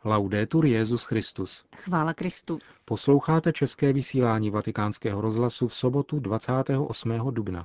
Laudetur Jesus Christus. Chvála Kristu. Posloucháte české vysílání Vatikánského rozhlasu v sobotu 28. dubna.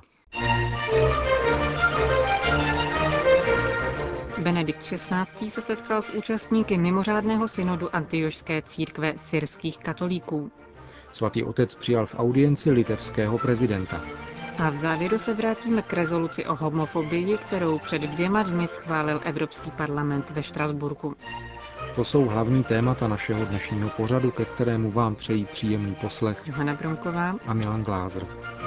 Benedikt XVI. Se setkal s účastníky mimořádného synodu Antiochské církve syrských katolíků. Svatý otec přijal v audienci litevského prezidenta. A v závěru se vrátíme k rezoluci o homofobii, kterou před 2 dny schválil Evropský parlament ve Štrasburku. To jsou hlavní témata našeho dnešního pořadu, ke kterému vám přejí příjemný poslech Johana Bromková a Milan Glázer.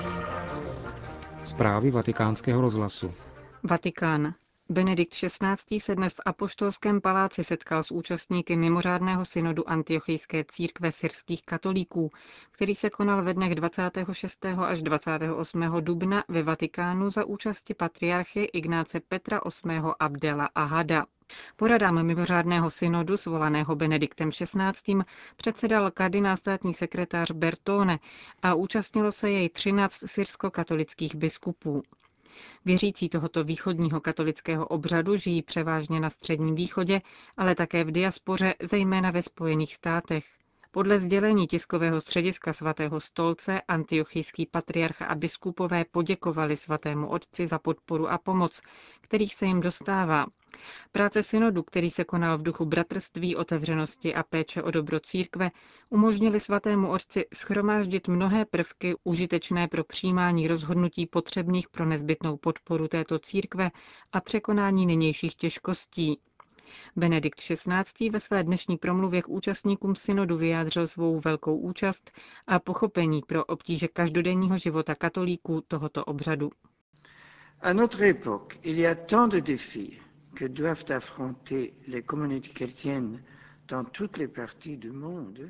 Zprávy Vatikánského rozhlasu. Vatikán. Benedikt XVI. Se dnes v Apoštolském paláci setkal s účastníky mimořádného synodu Antiochijské církve syrských katolíků, který se konal ve dnech 26. až 28. dubna ve Vatikánu za účasti patriarchy Ignáce Petra VIII. Abdela Ahada. Poradám mimořádného synodu, svolaného Benediktem XVI., předsedal kardinál státní sekretář Bertone a účastnilo se jej 13 syrsko-katolických biskupů. Věřící tohoto východního katolického obřadu žijí převážně na Středním východě, ale také v diaspoře, zejména ve Spojených státech. Podle sdělení tiskového střediska svatého stolce antiochijský patriarcha a biskupové poděkovali svatému otci za podporu a pomoc, kterých se jim dostává. Práce synodu, který se konal v duchu bratrství, otevřenosti a péče o dobro církve, umožnili svatému otci shromáždit mnohé prvky užitečné pro přijímání rozhodnutí potřebných pro nezbytnou podporu této církve a překonání nynějších těžkostí. Benedikt XVI. Ve své dnešní promluvě k účastníkům synodu vyjádřil svou velkou účast a pochopení pro obtíže každodenního života katolíků tohoto obřadu. À notre époque, il y a tant de défis que doivent affronter les communautés chrétiennes dans toutes les parties du monde.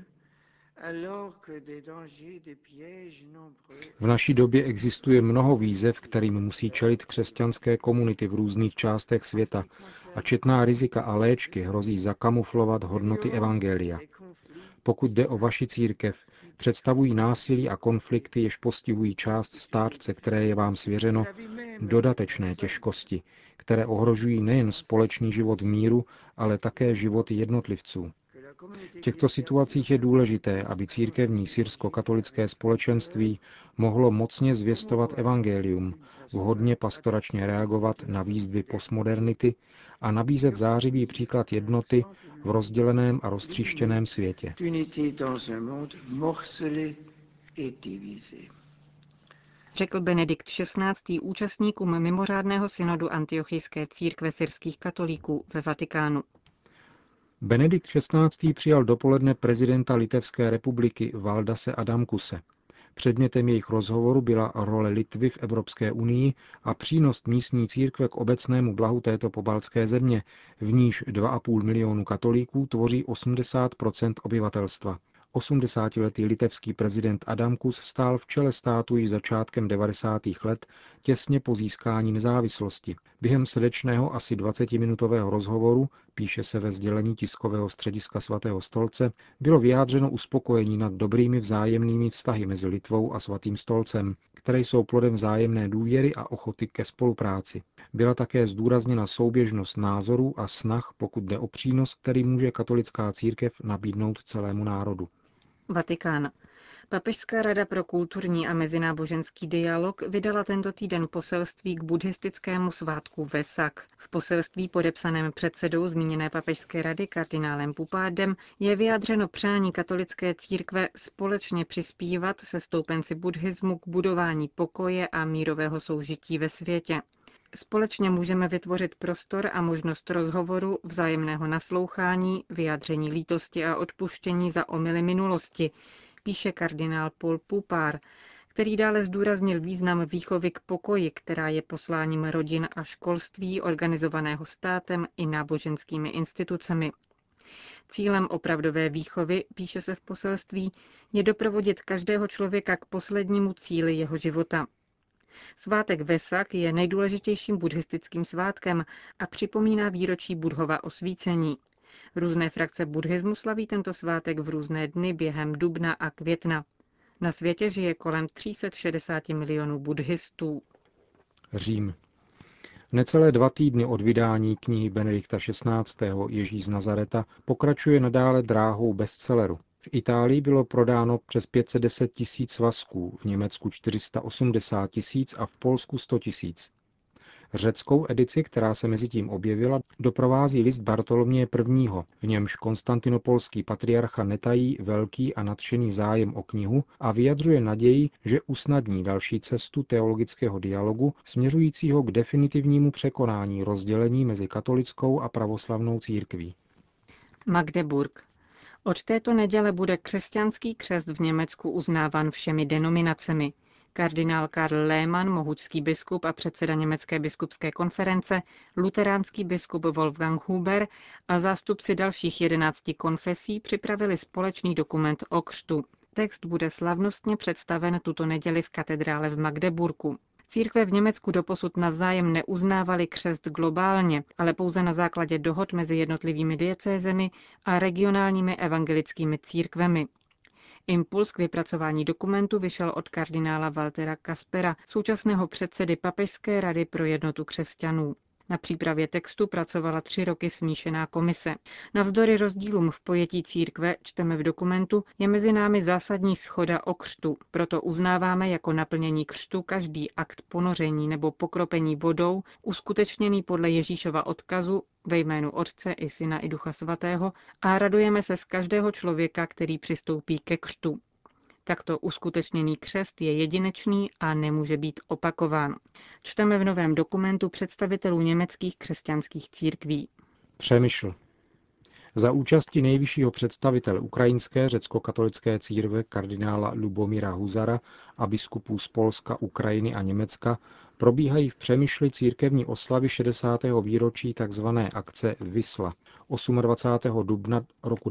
V naší době existuje mnoho výzev, kterým musí čelit křesťanské komunity v různých částech světa a četná rizika a léčky hrozí zakamuflovat hodnoty evangelia. Pokud jde o vaši církev, představují násilí a konflikty, jež postihují část státce, které je vám svěřeno, dodatečné těžkosti, které ohrožují nejen společný život v míru, ale také životy jednotlivců. V těchto situacích je důležité, aby církevní syrsko-katolické společenství mohlo mocně zvěstovat evangelium, vhodně pastoračně reagovat na výzvy postmodernity a nabízet zářivý příklad jednoty v rozděleném a roztříštěném světě. Řekl Benedikt XVI. Účastníkům mimořádného synodu Antiochijské církve syrských katolíků ve Vatikánu. Benedikt XVI. Přijal dopoledne prezidenta Litevské republiky Valdase Adamkuse. Předmětem jejich rozhovoru byla role Litvy v Evropské unii a přínos místní církve k obecnému blahu této pobaltské země, v níž 2,5 milionu katolíků tvoří 80% obyvatelstva. 80letý litevský prezident Adamkus stál v čele státu již začátkem 90. let, těsně po získání nezávislosti. Během srdečného asi 20-minutového rozhovoru, píše se ve sdělení tiskového střediska svatého stolce, bylo vyjádřeno uspokojení nad dobrými vzájemnými vztahy mezi Litvou a svatým stolcem, které jsou plodem vzájemné důvěry a ochoty ke spolupráci. Byla také zdůrazněna souběžnost názorů a snah, pokud jde o přínos, který může katolická církev nabídnout celému národu. Vatikán. Papežská rada pro kulturní a mezináboženský dialog vydala tento týden poselství k buddhistickému svátku Vesak. V poselství podepsaném předsedou zmíněné papežské rady kardinálem Pupádem je vyjádřeno přání katolické církve společně přispívat se stoupenci buddhismu k budování pokoje a mírového soužití ve světě. Společně můžeme vytvořit prostor a možnost rozhovoru, vzájemného naslouchání, vyjádření lítosti a odpuštění za omyly minulosti, píše kardinál Paul Pupár, který dále zdůraznil význam výchovy k pokoji, která je posláním rodin a školství organizovaného státem i náboženskými institucemi. Cílem opravdové výchovy, píše se v poselství, je doprovodit každého člověka k poslednímu cíli jeho života. Svátek Vesak je nejdůležitějším buddhistickým svátkem a připomíná výročí Buddhova osvícení. Různé frakce buddhismu slaví tento svátek v různé dny během dubna a května. Na světě žije kolem 360 milionů buddhistů. Řím. Necelé 2 týdny od vydání knihy Benedikta XVI. Ježíš z Nazareta pokračuje nadále dráhou bestselleru. V Itálii bylo prodáno přes 510 000 svazků, v Německu 480 000 a v Polsku 100 000. Řeckou edici, která se mezitím objevila, doprovází list Bartoloměje I., v němž konstantinopolský patriarcha netají velký a nadšený zájem o knihu a vyjadřuje naději, že usnadní další cestu teologického dialogu směřujícího k definitivnímu překonání rozdělení mezi katolickou a pravoslavnou církví. Magdeburg. Od této neděle bude křesťanský křest v Německu uznáván všemi denominacemi. Kardinál Karl Lehmann, mohučský biskup a předseda Německé biskupské konference, luteránský biskup Wolfgang Huber a zástupci dalších 11 konfesí připravili společný dokument o křtu. Text bude slavnostně představen tuto neděli v katedrále v Magdeburgu. Církve v Německu doposud navzájem neuznávaly křest globálně, ale pouze na základě dohod mezi jednotlivými diecézemi a regionálními evangelickými církvemi. Impuls k vypracování dokumentu vyšel od kardinála Waltera Kaspera, současného předsedy Papežské rady pro jednotu křesťanů. Na přípravě textu pracovala 3 roky smíšená komise. Navzdory rozdílům v pojetí církve, čteme v dokumentu, je mezi námi zásadní shoda o křtu. Proto uznáváme jako naplnění křtu každý akt ponoření nebo pokropení vodou, uskutečněný podle Ježíšova odkazu ve jménu Otce i Syna i Ducha Svatého, a radujeme se z každého člověka, který přistoupí ke křtu. Takto uskutečněný křest je jedinečný a nemůže být opakován. Čteme v novém dokumentu představitelů německých křesťanských církví. Přemysl. Za účasti nejvyššího představitele ukrajinské řecko-katolické církve kardinála Lubomíra Huzara a biskupů z Polska, Ukrajiny a Německa probíhají v Přemyšli církevní oslavy 60. výročí tzv. Akce Vysla. 28. dubna roku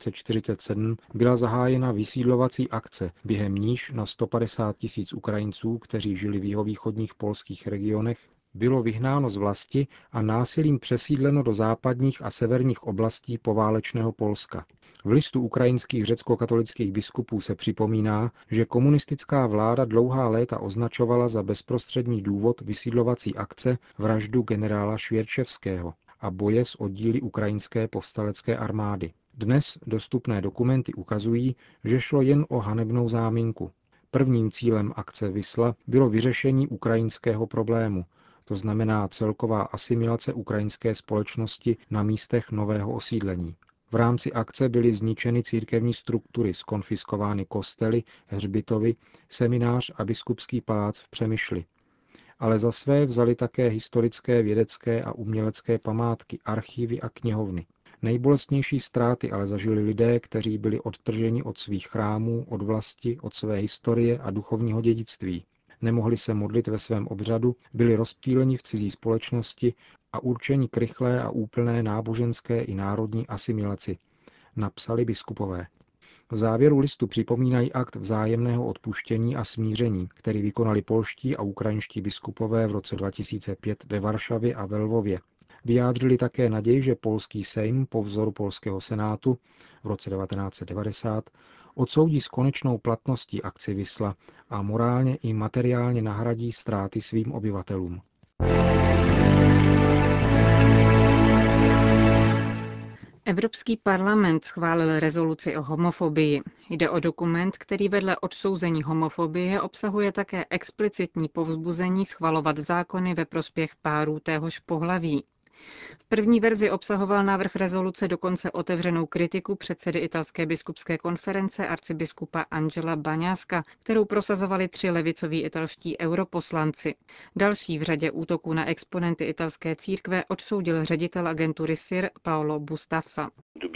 1947 byla zahájena vysídlovací akce, během níž na 150 000 Ukrajinců, kteří žili v jihovýchodních polských regionech, bylo vyhnáno z vlasti a násilím přesídleno do západních a severních oblastí poválečného Polska. V listu ukrajinských řecko-katolických biskupů se připomíná, že komunistická vláda dlouhá léta označovala za bezprostřední důvod vysídlovací akce vraždu generála Švěrčevského a boje s oddíly ukrajinské povstalecké armády. Dnes dostupné dokumenty ukazují, že šlo jen o hanebnou záminku. Prvním cílem akce Vysla bylo vyřešení ukrajinského problému, to znamená celková asimilace ukrajinské společnosti na místech nového osídlení. V rámci akce byly zničeny církevní struktury, zkonfiskovány kostely, hřbitovy, seminář a biskupský palác v Přemyšli. Ale za své vzali také historické, vědecké a umělecké památky, archivy a knihovny. Nejbolestnější ztráty ale zažili lidé, kteří byli odtrženi od svých chrámů, od vlasti, od své historie a duchovního dědictví. Nemohli se modlit ve svém obřadu, byli rozptýleni v cizí společnosti a určeni k rychlé a úplné náboženské i národní asimilaci, napsali biskupové. V závěru listu připomínají akt vzájemného odpuštění a smíření, který vykonali polští a ukrajinští biskupové v roce 2005 ve Varšavě a ve Lvově. Vyjádřili také naději, že polský sejm po vzoru polského senátu v roce 1990 odsoudí s konečnou platností akci Vysla a morálně i materiálně nahradí ztráty svým obyvatelům. Evropský parlament schválil rezoluci o homofobii. Jde o dokument, který vedle odsouzení homofobie obsahuje také explicitní povzbuzení schvalovat zákony ve prospěch párů téhož pohlaví. V první verzi obsahoval návrh rezoluce dokonce otevřenou kritiku předsedy italské biskupské konference arcibiskupa Angela Baňáska, kterou prosazovali 3 levicoví italští europoslanci. Další v řadě útoků na exponenty italské církve odsoudil ředitel agentury SIR Paolo Bustaffa.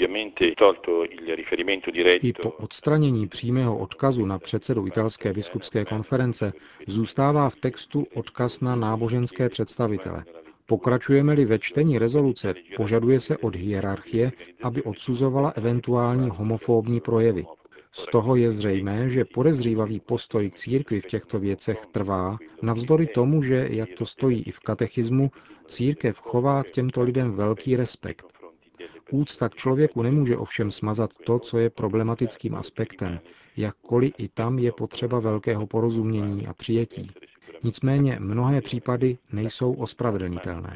I po odstranění přímého odkazu na předsedu italské biskupské konference zůstává v textu odkaz na náboženské představitele. Pokračujeme-li ve čtení rezoluce, požaduje se od hierarchie, aby odsuzovala eventuální homofóbní projevy. Z toho je zřejmé, že podezřívavý postoj k církvi v těchto věcech trvá, navzdory tomu, že, jak to stojí i v katechismu, církev chová k těmto lidem velký respekt. Úcta k člověku nemůže ovšem smazat to, co je problematickým aspektem, jakkoliv i tam je potřeba velkého porozumění a přijetí. Nicméně mnohé případy nejsou ospravedlnitelné.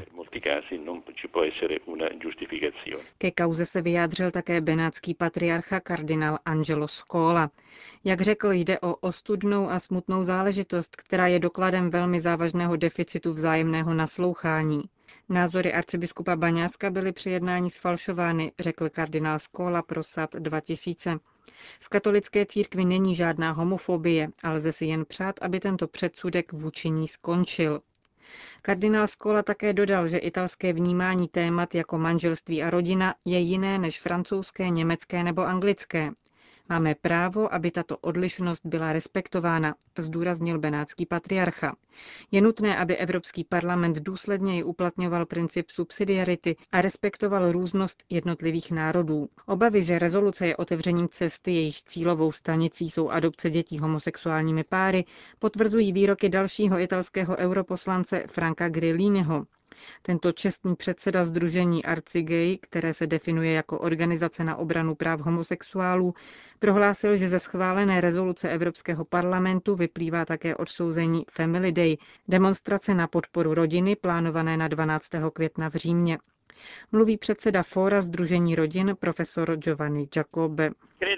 Ke kauze se vyjádřil také benátský patriarcha kardinál Angelo Scola. Jak řekl, jde o ostudnou a smutnou záležitost, která je dokladem velmi závažného deficitu vzájemného naslouchání. Názory arcibiskupa Baňáska byly při jednání sfalšovány, řekl kardinál Scola pro SAT 2000. V katolické církvi není žádná homofobie a lze si jen přát, aby tento předsudek vůči ní skončil. Kardinál Scola také dodal, že italské vnímání témat jako manželství a rodina je jiné než francouzské, německé nebo anglické. Máme právo, aby tato odlišnost byla respektována, zdůraznil benátský patriarcha. Je nutné, aby Evropský parlament důsledněji uplatňoval princip subsidiarity a respektoval různost jednotlivých národů. Obavy, že rezoluce je otevřením cesty, jejíž cílovou stanicí jsou adopce dětí homosexuálními páry, potvrzují výroky dalšího italského europoslance Franca Grilliniho. Tento čestný předseda sdružení Arcigay, které se definuje jako organizace na obranu práv homosexuálů, prohlásil, že ze schválené rezoluce Evropského parlamentu vyplývá také odsouzení Family Day, demonstrace na podporu rodiny plánované na 12. května v Římě. Mluví předseda Fóra sdružení rodin profesor Giovanni Giacobbe.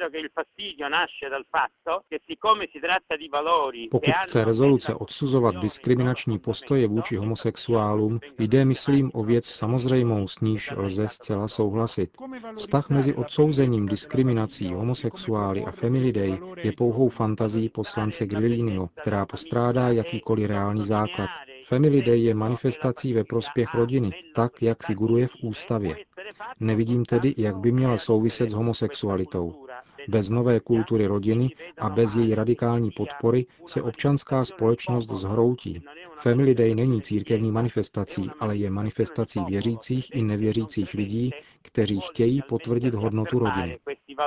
Pokud chce rezoluce odsuzovat diskriminační postoje vůči homosexuálům, jde, myslím, o věc samozřejmou, s níž lze zcela souhlasit. Vztah mezi odsouzením diskriminací homosexuály a Family Day je pouhou fantazí poslance Grilliniho, která postrádá jakýkoliv reálný základ. Family Day je manifestací ve prospěch rodiny, tak, jak figuruje v ústavě. Nevidím tedy, jak by měla souviset s homosexualitou. Bez nové kultury rodiny a bez její radikální podpory se občanská společnost zhroutí. Family Day není církevní manifestací, ale je manifestací věřících i nevěřících lidí, kteří chtějí potvrdit hodnotu rodiny.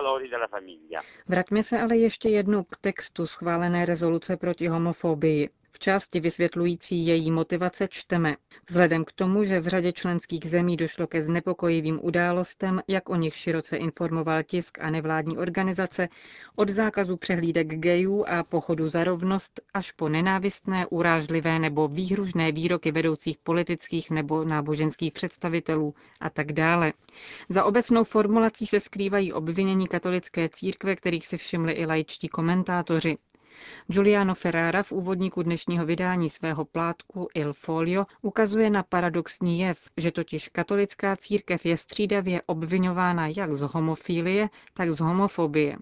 Vraťme se ale ještě jednou k textu schválené rezoluce proti homofobii. V části vysvětlující její motivace čteme: vzhledem k tomu, že v řadě členských zemí došlo ke znepokojivým událostem, jak o nich široce informoval tisk a nevládní organizace, od zákazu přehlídek gayů a pochodu za rovnost až po nenávistné, urážlivé nebo výhružné výroky vedoucích politických nebo náboženských představitelů a tak dále. Za obecnou formulací se skrývají obvinění katolické církve, kterých si všimli i laičtí komentátoři. Giuliano Ferrara v úvodníku dnešního vydání svého plátku Il Foglio ukazuje na paradoxní jev, že totiž katolická církev je střídavě obviňována jak z homofilie, tak z homofobie.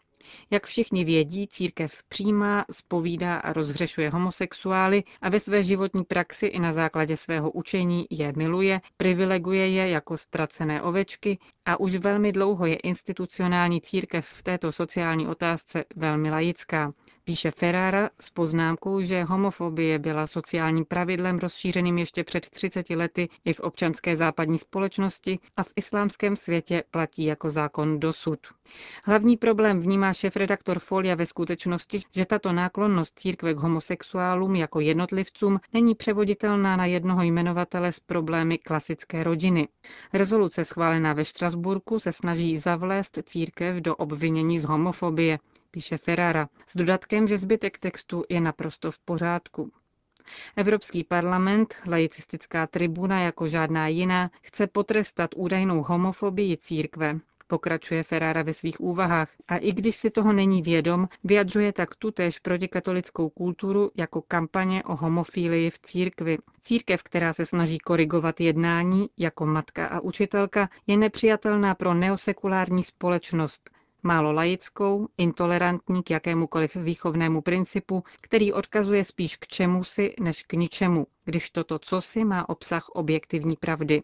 Jak všichni vědí, církev přijímá, zpovídá a rozhřešuje homosexuály a ve své životní praxi i na základě svého učení je miluje, privileguje je jako ztracené ovečky a už velmi dlouho je institucionální církev v této sociální otázce velmi laická. Píše Ferrara s poznámkou, že homofobie byla sociálním pravidlem rozšířeným ještě před 30 lety i v občanské západní společnosti a v islámském světě platí jako zákon dosud. Hlavní problém vnímá šéfredaktor Folia ve skutečnosti, že tato náklonnost církve k homosexuálům jako jednotlivcům není převoditelná na jednoho jmenovatele s problémy klasické rodiny. Rezoluce schválená ve Štrasburku se snaží zavlézt církev do obvinění z homofobie, píše Ferrara, s dodatkem, že zbytek textu je naprosto v pořádku. Evropský parlament, laicistická tribuna jako žádná jiná, chce potrestat údajnou homofobii církve. Pokračuje Ferrara ve svých úvahách a i když si toho není vědom, vyjadřuje tak tutéž protikatolickou kulturu jako kampaně o homofílii v církvi. Církev, která se snaží korigovat jednání jako matka a učitelka, je nepřijatelná pro neosekulární společnost, málo laickou, intolerantní k jakémukoliv výchovnému principu, který odkazuje spíš k čemusi než k ničemu, když toto cosi má obsah objektivní pravdy.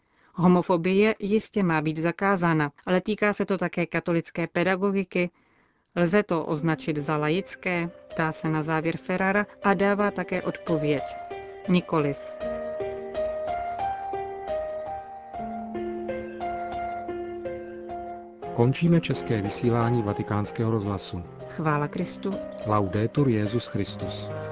Homofobie jistě má být zakázána, ale týká se to také katolické pedagogiky. Lze to označit za laické, ptá se na závěr Ferrara a dává také odpověď. Nikoliv. Končíme české vysílání Vatikánského rozhlasu. Chvála Kristu. Laudetur Jesus Christus.